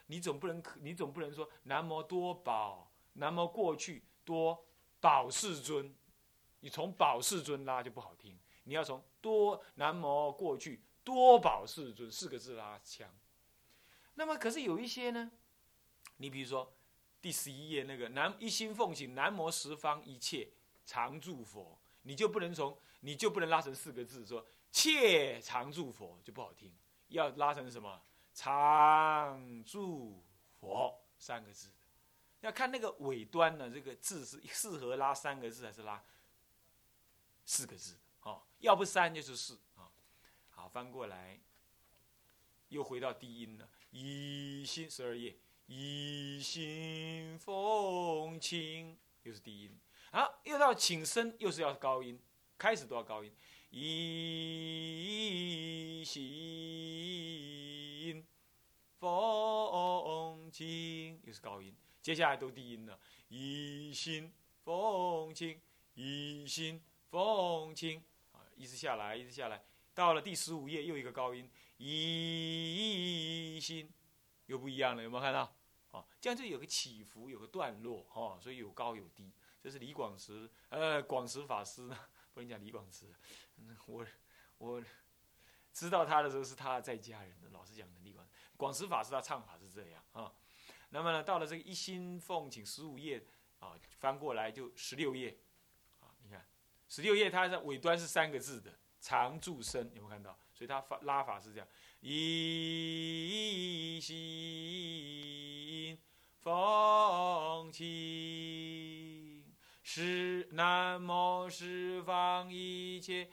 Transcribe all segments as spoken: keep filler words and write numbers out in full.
你总不能你总不能说南无多宝，南无过去多宝世尊，你从宝世尊拉就不好听，你要从多南无过去多宝世尊四个字拉腔。那么可是有一些呢，你比如说第十一页那个南一心奉行南无十方一切常住佛，你就不能从你就不能拉成四个字说切常住佛就不好听，要拉成什么常住佛三个字。要看那个尾端呢，这个字是适合拉三个字还是拉四个字哦？要不三就是四啊、哦。好，翻过来，又回到低音了。一心十二页，一心风清，又是低音。好，又到请声，又是要高音，开始都要高音。一心风清，又是高音。接下来都低音了。一心风清，一心风清，啊，一直下来，一直下来，到了第十五页又一个高音。一心又不一样了，有没有看到？哦，这样就有个起伏，有个段落，哦，所以有高有低。这是李广慈，呃，广慈法师呢，不能讲李广慈，我我知道他的时候是他在家人的，老师讲的李广广慈法师他唱法是这样啊、哦。那么呢，到了这个一心奉请十五页啊、哦，翻过来就十六页啊，你看十六页它的尾端是三个字的常住声，有没有看到？所以它拉法是这样：一心风清，是南无十方一切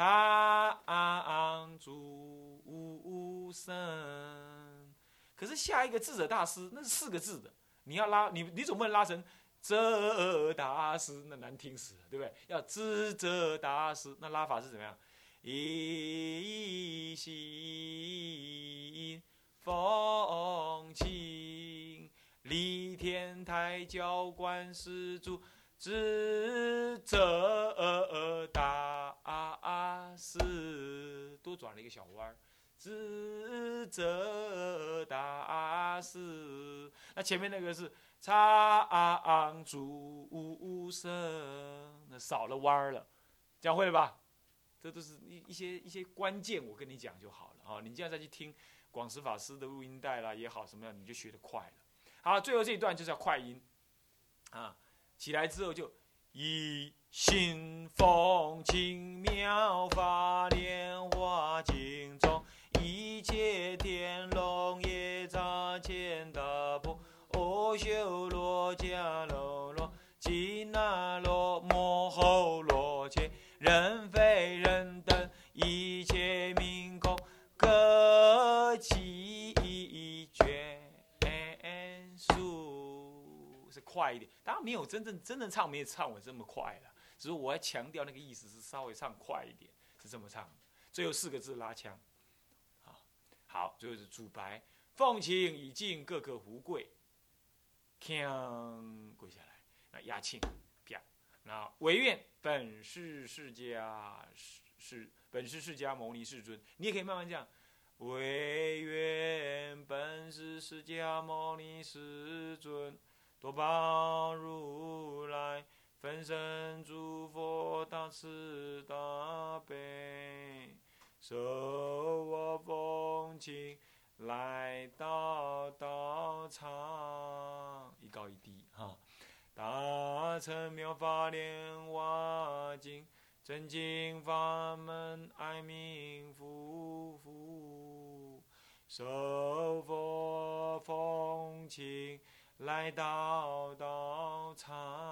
常住声。可是下一个智者大师那是四个字的，你要拉你你总不能拉成这大师，那难听死了，对不对？要智者大师，那拉法是怎么样？一心风清，离天台教观世主智者大师，多转了一个小弯儿。智者大师，那前面那个是常住声，那少了弯儿了，这样会了吧？这都是一一些一些关键，我跟你讲就好了啊、哦！你这样再去听广慈法师的录音带啦也好，什么样你就学得快了。好，最后这一段就是要快音啊，起来之后就一心风清妙法莲华经中，一切天龙夜叉千大婆阿修罗迦楼罗紧那罗摩诃罗伽人非人等一切民空各其眷属，是快一点。当然没有真正真正唱没有唱我这么快了，只是我要强调那个意思是稍微唱快一点，是这么唱的。最后四个字拉腔，好，好，最后是主白：奉请已尽各个胡跪，锵跪下来，那压磬，啪，那唯愿本师释迦是本师释迦牟尼世尊，你也可以慢慢这样。唯愿本师释迦牟尼世尊，多宝如来分身诸佛大慈大悲，受我奉请来到道场，一高一低哈。大乘妙法莲华经，真经法门爱民夫妇，受佛奉请来到道场。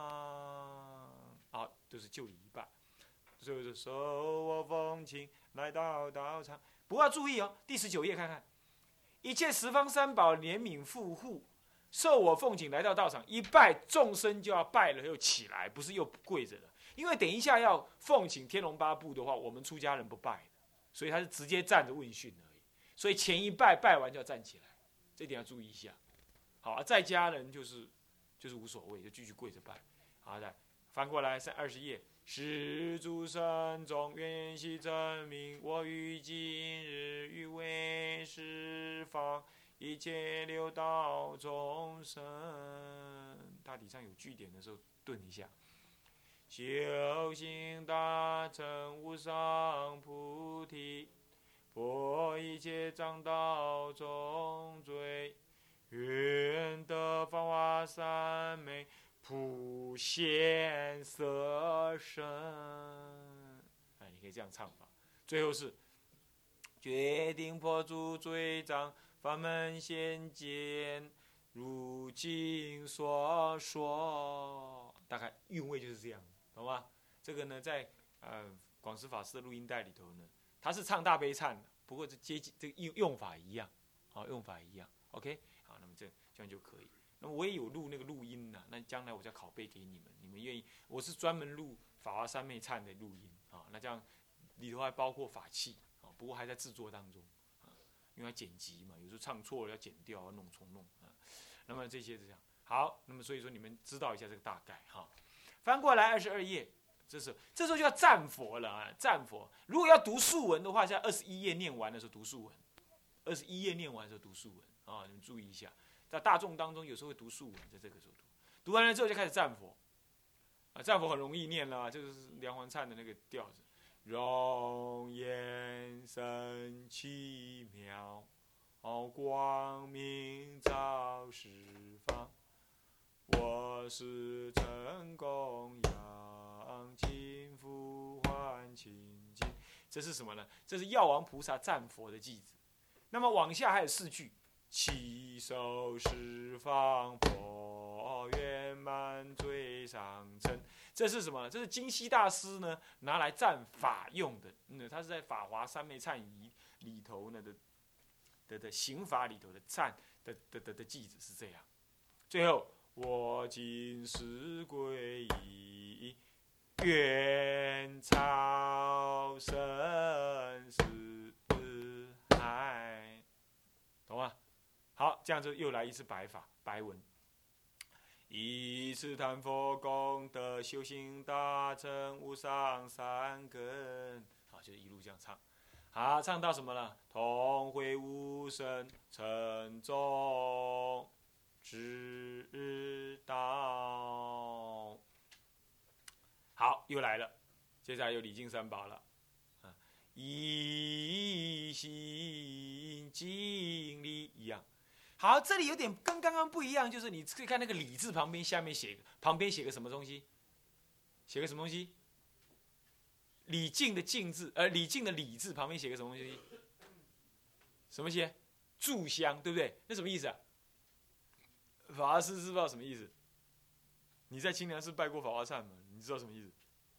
好，都是就礼一半。最后是受我奉请来到道场。不过要注意哦，第十九页看看，一切十方三宝怜悯护护，受我奉请来到道场，一拜众生就要拜了又起来，不是又跪着了。因为等一下要奉请天龙八部的话，我们出家人不拜的，所以他是直接站着问讯而已。所以前一拜拜完就要站起来，这点要注意一下。好，啊、在家人就是就是无所谓，就继续跪着拜。好的，翻过来三二十页。施诸圣众，愿悉证明，我于今日欲为十方一切六道众生。大体上有句点的时候顿一下。修行大乘无上菩提，破一切障道中罪，愿得法华三昧普现色身。哎，你可以这样唱法。最后是决定破诸罪障，法门现见，如经所说。大概韵味就是这样，懂吗？这个呢，在呃广识法师的录音带里头呢，他是唱大悲忏的，不过这接近这个用用法一样，好，用法一样。OK， 好，那么这这样就可以。那么我也有录那个录音呢，那将来我再拷贝给你们，你们愿意？我是专门录法华三昧忏的录音啊，那这样里头还包括法器啊，不过还在制作当中啊，因为要剪辑嘛，有时候唱错了要剪掉，要弄重弄啊。那么这些是这样。好，那么所以说你们知道一下这个大概哈。翻过来二十二页，这时候这时候就要赞佛了啊，赞佛。如果要读素文的话，在二十一页念完的时候读素文，二十一页念完的时候读素文啊，你们注意一下，在大众当中有时候会读素文，在这个时候读，读完了之后就开始赞佛啊，赞佛很容易念了，就是梁皇灿的那个调子，容颜神奇妙，哦，光明照十方。我是成供养，金福欢清净。这是什么呢？这是药王菩萨赞佛的句子。那么往下还有四句：七受十方佛，圆满最上乘。这是什么？这是金溪大师呢拿来赞法用的。嗯，他是在《法华三昧忏仪》里头呢的的的刑法里头的赞的的的的句子是这样。最后。我今世皈依，愿超生死海，懂吗？好，这样就又来一次白法白文。以此谈佛功德，修行大乘无上善根。好，就一路这样唱。好，唱到什么了？同会无生成众。知道，好，又来了，接下来有礼敬三宝了，啊，一心敬礼一样。好，这里有点跟刚刚不一样，就是你可以看那个礼字旁边下面写旁边写个什么东西，写个什么东西？礼敬的敬字，呃，礼敬的礼字旁边写个什么东西？什么写？炷香，对不对？那什么意思啊？法华师知道什么意思？你在清凉寺拜过法华忏吗？你知道什么意思？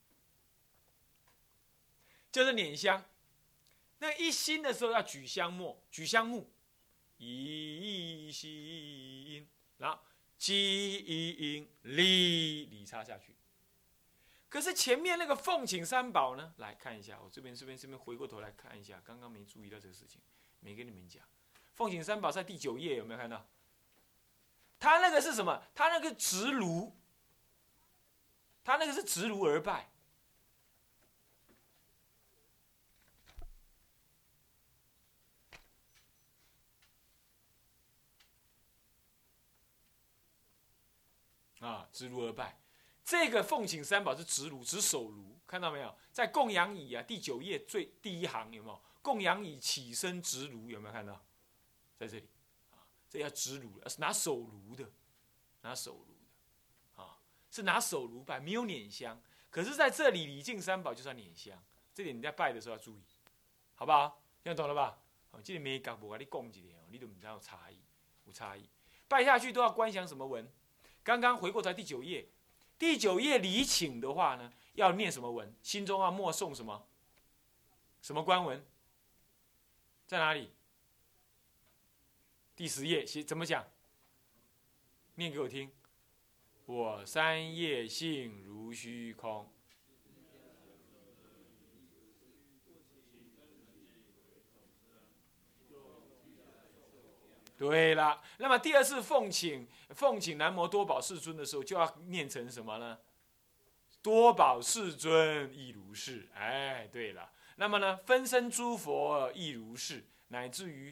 就是捻香。那一心的时候要举香末，举香木，一心，然后敬礼，礼插下去。可是前面那个奉请三宝呢？来看一下，我这边这边这边回过头来看一下，刚刚没注意到这个事情，没跟你们讲。奉请三宝在第九页有没有看到？他那个是什么？他那个直炉，他那个是直炉而拜。啊，直炉而拜。这个奉请三宝是直炉，直手炉，看到没有？在供养椅啊，第九页最第一行有没有？供养椅起身直炉有没有看到？在这里。这要直炉了，是拿手炉的，拿手炉的，啊，是拿手炉拜，没有捻香。可是在这里礼敬三宝就是要捻香，这点你在拜的时候要注意，好不好？这样懂了吧？哦，这个没讲，我跟你讲一点哦，你都不知道有差异，有差异。拜下去都要观想什么文？刚刚回过头来第九页，第九页礼请的话呢，要念什么文？心中要默诵什么？什么观文？在哪里？第十页写怎么讲？念给我听。我三业性如虚空。对了，那么第二次奉请奉请南无多宝世尊的时候，就要念成什么呢？多宝世尊亦如是。哎，对了，那么呢，分身诸佛亦如是，乃至于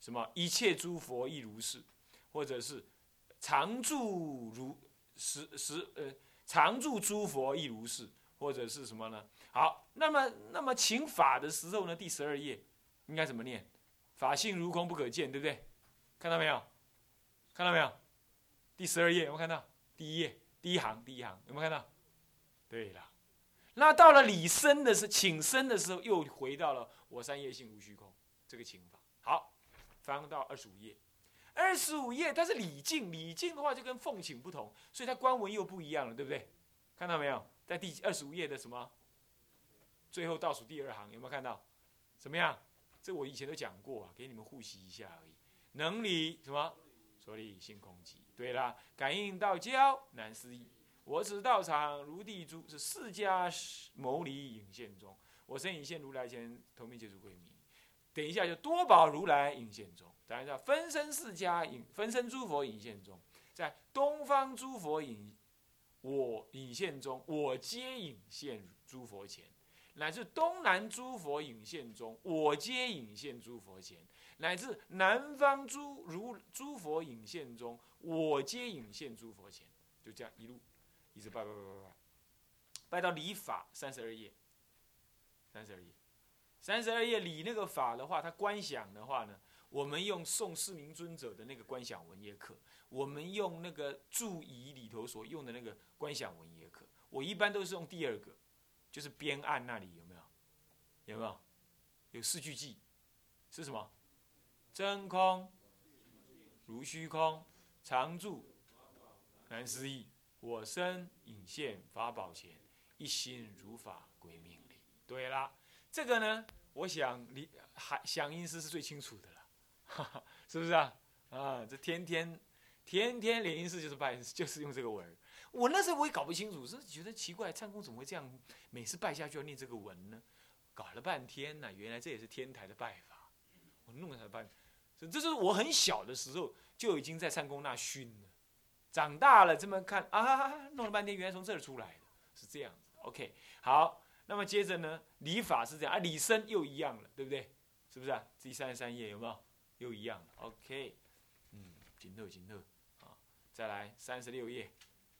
什么一切诸佛亦如是，或者是常住如时时呃常住诸佛亦如是，或者是什么呢？好，那么那么请法的时候呢，第十二页应该怎么念？法性如空不可见，对不对？看到没有？看到没有？第十二页有没有看到？第一页第一行第一行有没有看到？对了，那到了理身的时请身的时候，又回到了我三业性无虚空这个请法。好，翻到二十五页。二十五页它是礼敬，礼敬的话就跟奉请不同，所以它官文又不一样了，对不对？看到没有？在第二十五页的什么？最后倒数第二行有没有看到？怎么样？这我以前都讲过啊，给你们复习一下而已。能理什么？所理性空寂。对啦，感应道交难思议。我此道场如地珠，是释迦牟尼影现中。我身影现如来前，头面接触归迷。等一下就多宝如来影现中。等一下分身释迦影，分身诸佛影现中，在东方诸佛影，我影现中，我皆影现诸佛前。乃至东南诸佛影现中，我皆影现诸佛前；乃至南方诸如诸佛影现中，我皆影现诸佛前。就这样一路一直拜拜拜拜拜，拜到理法三十二页，三十二页，三十二页理那个法的话，它观想的话呢，我们用宋世明尊者的那个观想文也可，我们用那个注仪里头所用的那个观想文也可。我一般都是用第二个。就是边岸那里有没有？有没有？有四句偈，是什么？真空如虚空，常住难思议。我身隐现法宝前，一心如法归命理。对啦，这个呢，我想你还响应师是最清楚的了，哈哈，是不是啊？啊，这天天天天联音寺就是拜，就是用这个文。我那时候我也搞不清楚，是觉得奇怪，唱功怎么会这样？每次拜下去要念这个文呢？搞了半天呢、啊，原来这也是天台的拜法。我弄了才拜，这就是我很小的时候就已经在唱功那熏了。长大了这么看啊，弄了半天原来从这儿出来的，是这样子。OK， 好，那么接着呢，理法是这样啊，理身又一样了，对不对？是不是啊？第三十三页有没有？又一样了。OK， 嗯，紧特紧特啊，再来三十六页。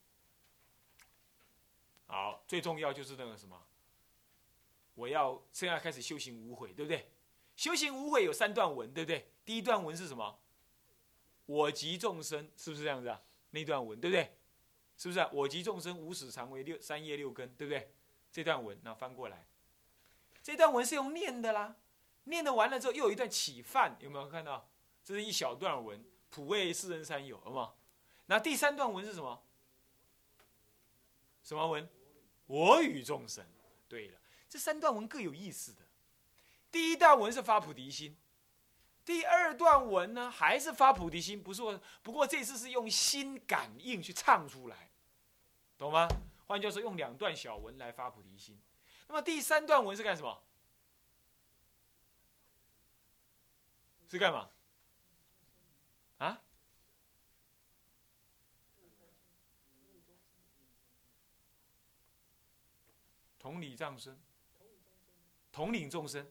好，最重要就是那个什么，我要现在开始修行无悔，对不对？修行无悔有三段文，对不对？第一段文是什么？我及众生，是不是这样子啊？那段文，对不对？是不是啊？我及众生，无始常为六三业六根，对不对？这段文，然后翻过来，这段文是用念的啦，念的完了之后，又有一段起范，有没有看到？这是一小段文，普为世人三有，好不好？那第三段文是什么？什么文？我与众生。对了，这三段文各有意思的。第一段文是发菩提心，第二段文呢还是发菩提心，不是说，不过这次是用心感应去唱出来，懂吗？换句话说，用两段小文来发菩提心。那么第三段文是干什么？是干嘛？啊？同理众生，统领众生，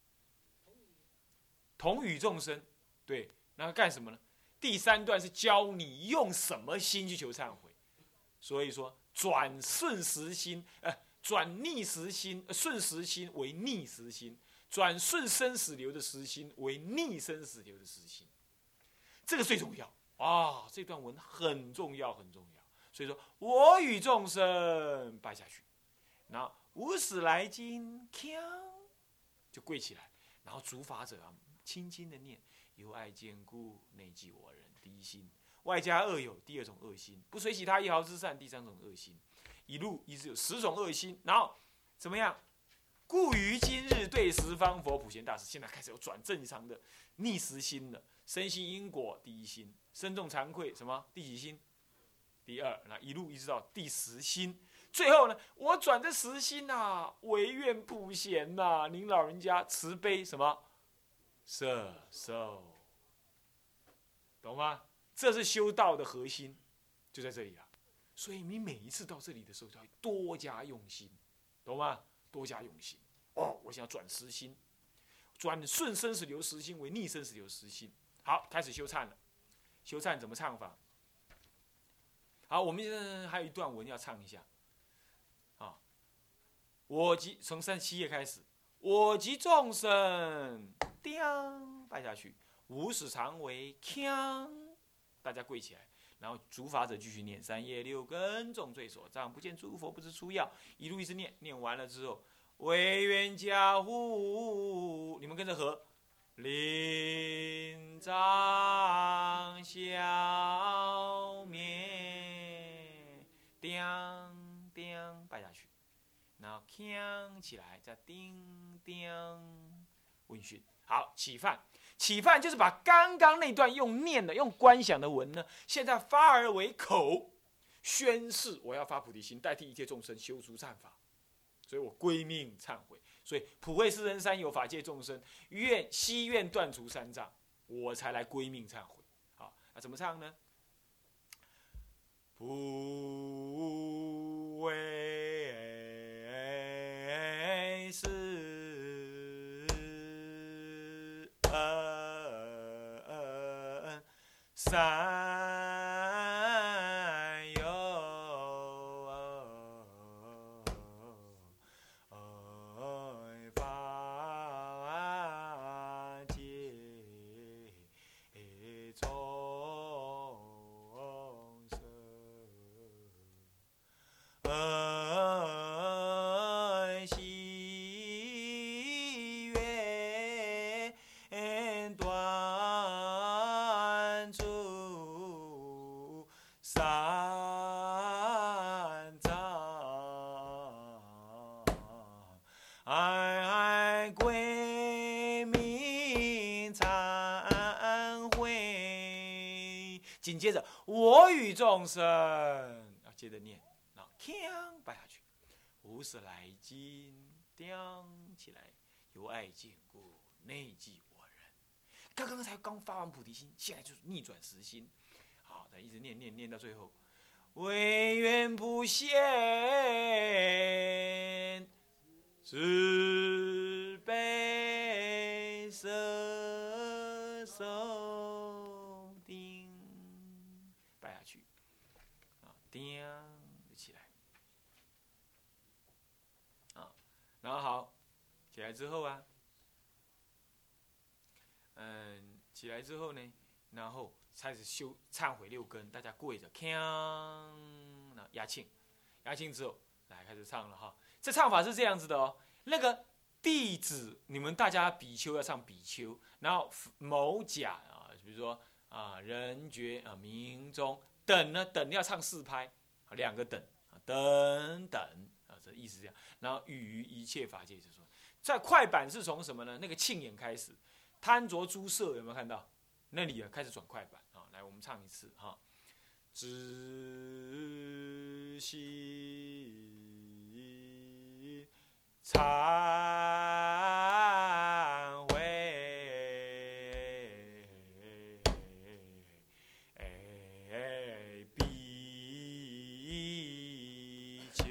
同与众生，对，那干什么呢？第三段是教你用什么心去求忏悔，所以说转顺时心，呃，转逆时心，呃、顺时心为逆时心，转顺生死流的时心为逆生死流的时心，这个最重要啊！这段文很重要，很重要。所以说我与众生拜下去，然后无始来今，锵就跪起来，然后主法者啊，轻轻的念，由爱坚固，内记我人，第一心；外加恶有，第二种恶心；不随喜他一毫之善，第三种恶心。一路一直有十种恶心，然后怎么样？故于今日对十方佛普贤大士，现在开始有转正常的逆时心了。身心因果第一心，身重惭愧什么第几心？第二，那一路一直到第十心。最后呢，我转这十心啊，唯愿普贤呐、啊，您老人家慈悲什么摄受，懂吗？这是修道的核心，就在这里了。所以你每一次到这里的时候，就要多加用心，懂吗？多加用心哦！我想要转十心，转顺生死流十心为逆生死流十心， 好，开始修忏了。修忏怎么唱法？好，我们现在还有一段文要唱一下。啊，我即从三十七页开始，我即众生，叮，拜下去，无始常为锵，大家跪起来。然后主法者继续念三业六根重罪所障，不见诸佛不知出药，一路一直念，念完了之后，唯愿家户，你们跟着和，灵障消灭，叮叮拜下去，然后锵起来，再叮叮问讯，好起饭。起饭就是把刚刚那段用念的、用观想的文呢，现在发而为口，宣誓我要发菩提心，代替一切众生修诸忏法，所以我归命忏悔。所以普惠世人三有法界众生，愿希愿断除三障，我才来归命忏悔。好，那怎么唱呢？普惠世人三有法界众生，希愿断除三障，爱归命忏悔。紧接着，我与众生，要接着念，然后锵拜下去，无始来今，叮起来，由爱见故，内即我人。刚刚才刚发完菩提心，现在就是逆转实心。好，再一直念念念到最后，唯愿普现慈悲摄受定，拜下去，啊，叮就起来，啊，然后好，起来之后啊，嗯，起来之后呢，然后开始修忏悔六根，大家跪着，锵，然后压磬，压磬之后，来开始唱了哈。这唱法是这样子的哦，那个弟子，你们大家比丘要唱比丘，然后某甲啊，比如说啊人觉啊明中等呢等要唱四拍，两个等啊等等啊，这意思这样。然后与一切法界就说，在快板是从什么呢？那个磬眼开始，贪着诸色有没有看到？那里啊开始转快板啊，来我们唱一次哈，知悉忏悔，比丘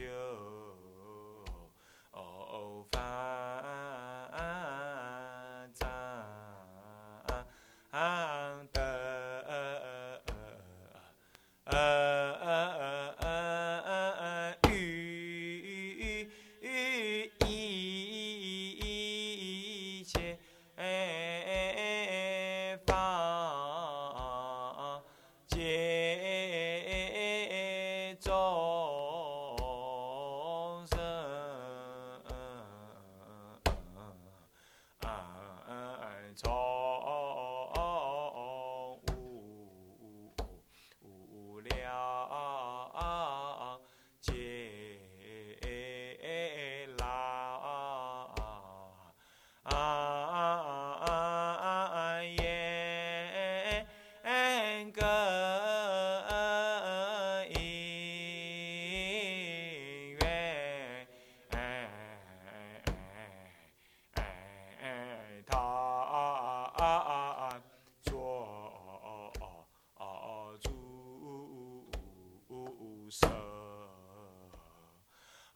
犯障的与一切法界众生，从无量劫来言根因缘，他作诸舍。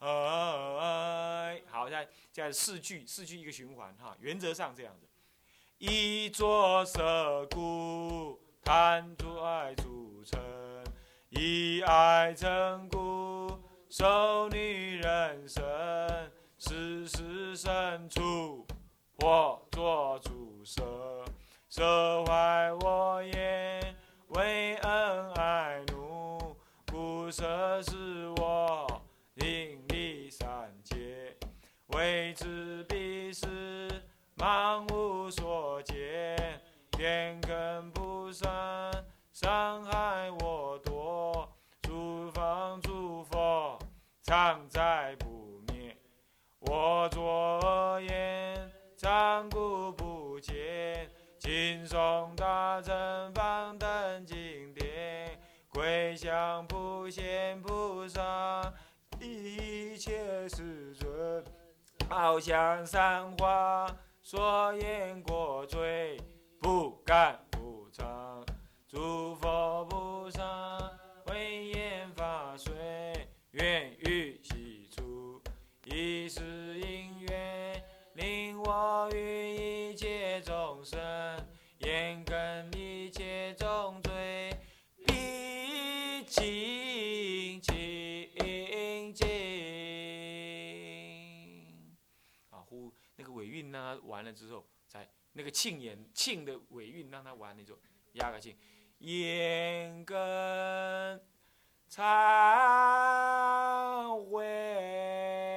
好，再再四句，四句一个循环哈，原则上这样子。 以作色故，贪著爱著称；以爱成故，受女人身。时时生处，或作主色。色坏我言，为恩爱怒，故色是我因离三界。为之彼是盲无所见，天根不善，伤害我多。诸方诸佛常在不灭，我作恶言，常故不见。经诵大乘方等经典，归向普贤菩萨，一切世尊。好像三花所言过罪，不敢不常。诸佛菩萨慧眼法水，愿欲悉出。以是因缘，令我与一切众生，严根一切重罪，毕竟清净。啊，呼那个尾韵让它完了之后，再那个庆言庆的尾韵让它完了之后，压个庆，严根忏悔。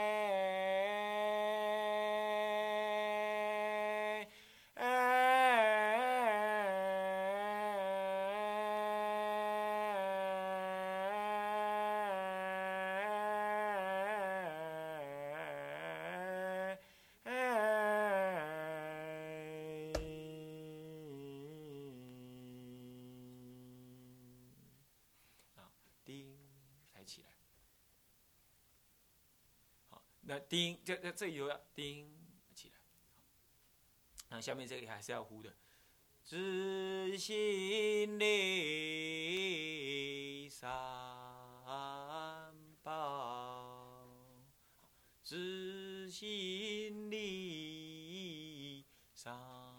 那叮，这这这有要叮起来。那下面这里还是要呼的，知心力三宝，知心力三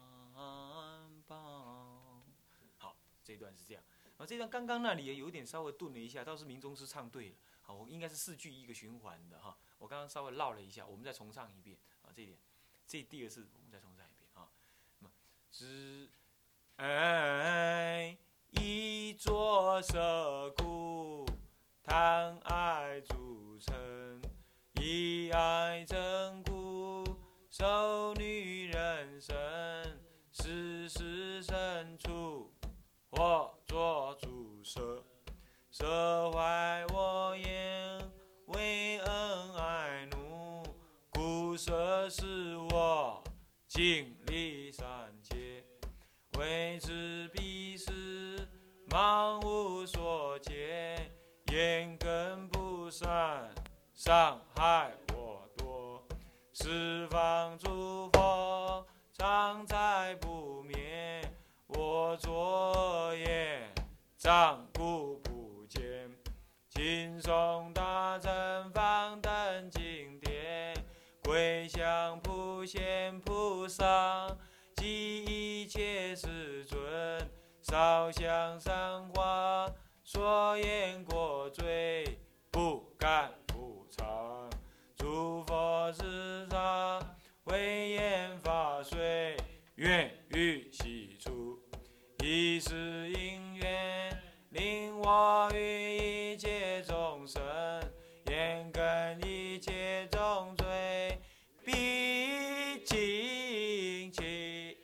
宝。好，这段是这样。啊，这段刚刚那里有点稍微顿了一下，倒是明宗师唱对了。好，我应该是四句一个循环的哈。我刚刚稍微绕了一下，我们再重唱一遍啊。这一点，这第二次我们再重唱一遍啊。那么，知爱以作色故，贪爱著称；以爱成故，受女人身。时时生处，或作主色。色坏我言，为恩爱怒，故色是我经历三界。为之彼是盲无所见，眼根不善，伤害我多。十方诸佛常在不灭，我作业障故不见。经诵大乘方等经典，归向普贤菩萨及一切世尊。烧香三花所言过罪，不敢不常。诸佛菩萨慧眼法水，愿欲悉出。以是因缘，令我与一切众生，严根一切重罪，毕竟清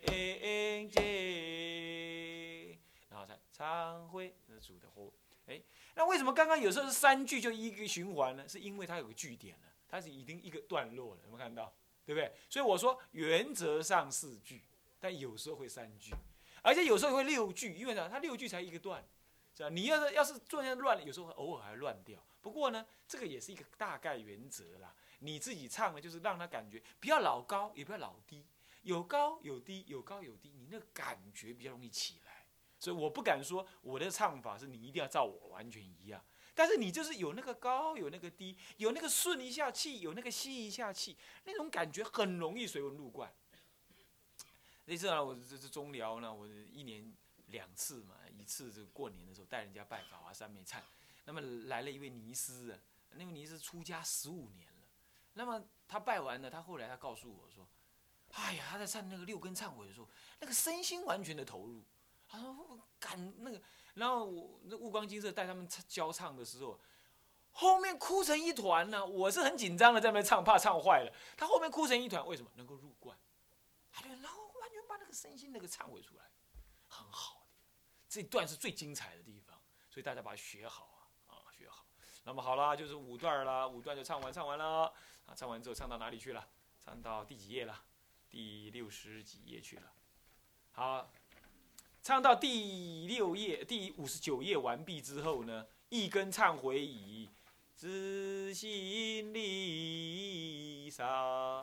净。然后才忏悔，这是主的话。哎，那为什么刚刚有时候是三句就一个循环呢？是因为它有个句点了，它是已经一个段落了，有没有看到？对不对？所以我说原则上四句，但有时候会三句。而且有时候会六句，因为呢，它六句才一个段，是吧？你要是要是做那乱，有时候偶尔还乱掉。不过呢，这个也是一个大概原则啦。你自己唱的，就是让他感觉不要老高，也不要老低，有高有低，有高有低，你那个感觉比较容易起来。所以我不敢说我的唱法是你一定要照我完全一样，但是你就是有那个高，有那个低，有那个顺一下气，有那个吸一下气，那种感觉很容易随文入贯。 那次呢，我这是中寮呢，我一年两次嘛，一次是过年的时候带人家拜法华三昧忏，那么来了一位尼师啊，那位尼师出家十五年了，那么他拜完了，他后来他告诉我说，哎呀，他在唱那个六根忏悔的时候，那个身心完全的投入，他说我感那个，然后我那悟光金色带他们教唱的时候。后面哭成一团呢、啊，我是很紧张的在那边唱，怕唱坏了。他后面哭成一团，为什么？能够入观，他就然后完全把那个身心那个忏悔出来，很好的。这一段是最精彩的地方，所以大家把它学好啊，啊学好。那么好啦，就是五段啦，五段就唱完，唱完了啊，唱完之后唱到哪里去了？唱到第几页了？第六十几页去了。好，唱到第六页、第五十九页完毕之后呢，一根忏悔已。自心力三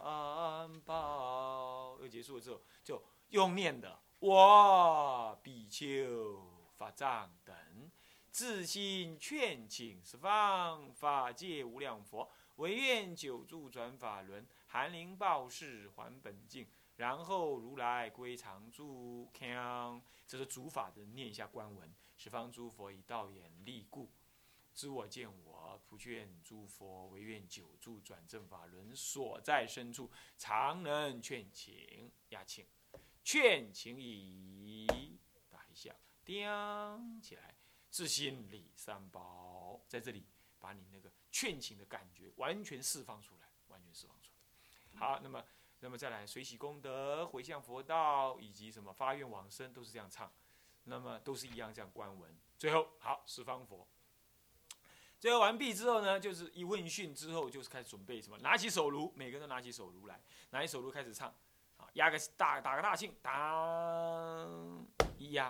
宝，又结束了之后，就用念的我比丘法藏等，自心劝请十方法界无量佛，唯愿久住转法轮，含灵报世还本净，然后如来归常住。锵，这是主法的念一下观文，十方诸佛以道眼力故。知我见我，普劝诸佛，唯愿久住转正法轮，所在深处常能劝请。压请，劝请已，打一下，叮起来，自心礼三宝，在这里把你那个劝请的感觉完全释放出来，完全释放出来。好，那么，那么再来随喜功德、回向佛道以及什么发愿往生，都是这样唱，那么都是一样这样观文。最后，好，十方佛。最后完毕之后呢，就是一问讯之后，就是开始准备什么？拿起手炉，每个人都拿起手炉来，拿起手炉开始唱，啊，压个大打个大磬，当一压，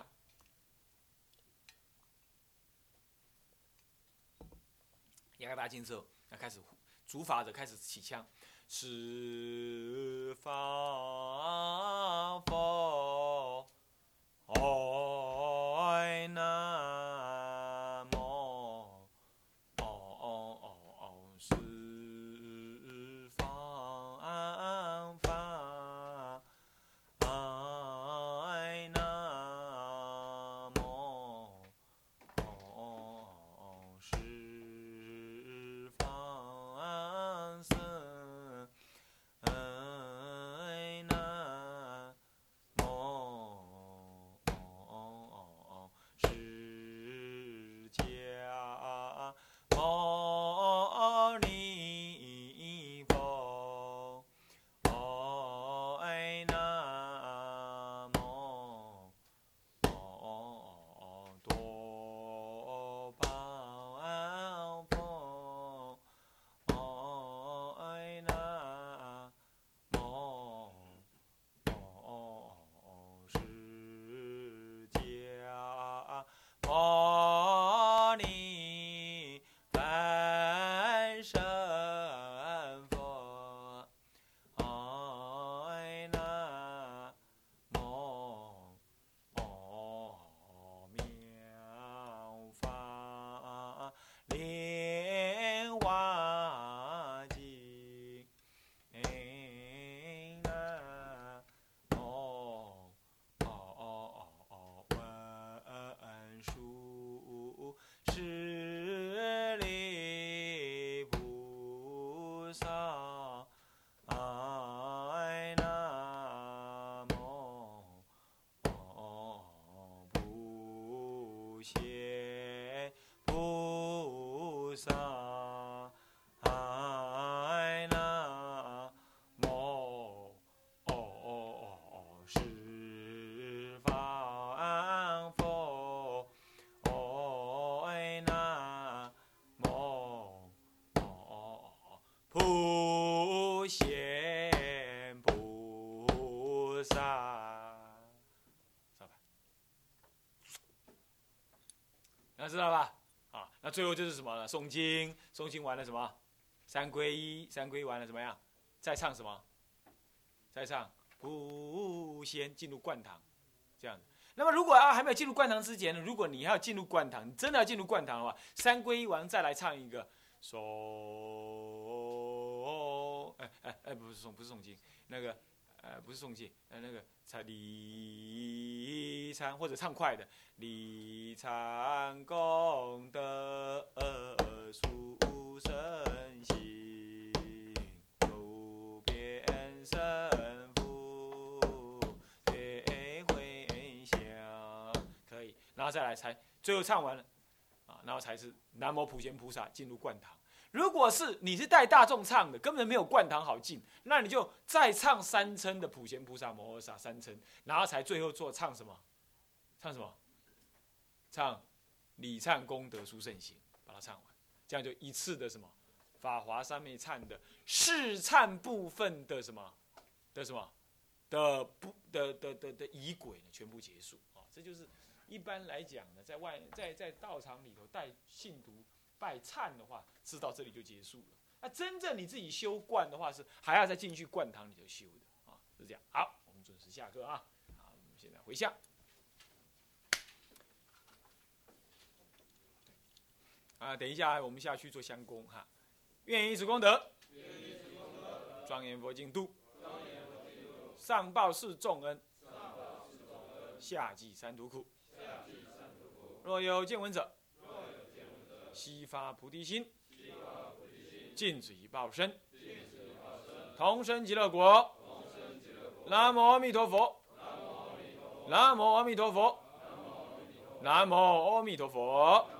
压个大磬之后，那开始主法者开始起枪，十方佛，爱那。知道吧？啊，那最后就是什么呢？诵经，诵经完了什么？三皈依，三皈依完了怎么样？再唱什么？再唱不先进入灌堂，这样子。那么如果啊还没有进入灌堂之前呢，如果你要进入灌堂，你真的要进入灌堂的话，三皈依完再来唱一个诵，哎哎哎，不是诵不是诵经，那个呃不是诵经，呃那个唱礼忏或者唱快的礼忏功德殊胜行，周遍胜福对回响，可以，然后再来才最后唱完了啊，然后才是南无普贤菩萨进入灌堂。如果是你是带大众唱的，根本没有灌堂好进，那你就再唱三称的普贤菩萨摩诃萨三称，然后才最后做唱什么？唱什么？唱礼忏功德殊胜行，把它唱完，这样就一次的什么法华三昧忏的试忏部分的什么的什么的不的的的的仪轨呢，全部结束啊！这就是一般来讲呢，在外在在道场里头带信徒拜忏的话，是到这里就结束了。那真正你自己修观的话，是还要再进去灌堂里头修的啊，是这样。好，我们准时下课啊。好，我们现在回向。啊，等一下我们下去做香供哈。愿以此功德，庄严佛净土，上报四重恩，下济三途苦。若有见闻者，悉发菩提心，尽此一报身，同生极乐国。南无阿弥陀佛，南无阿弥陀佛，南无阿弥陀佛。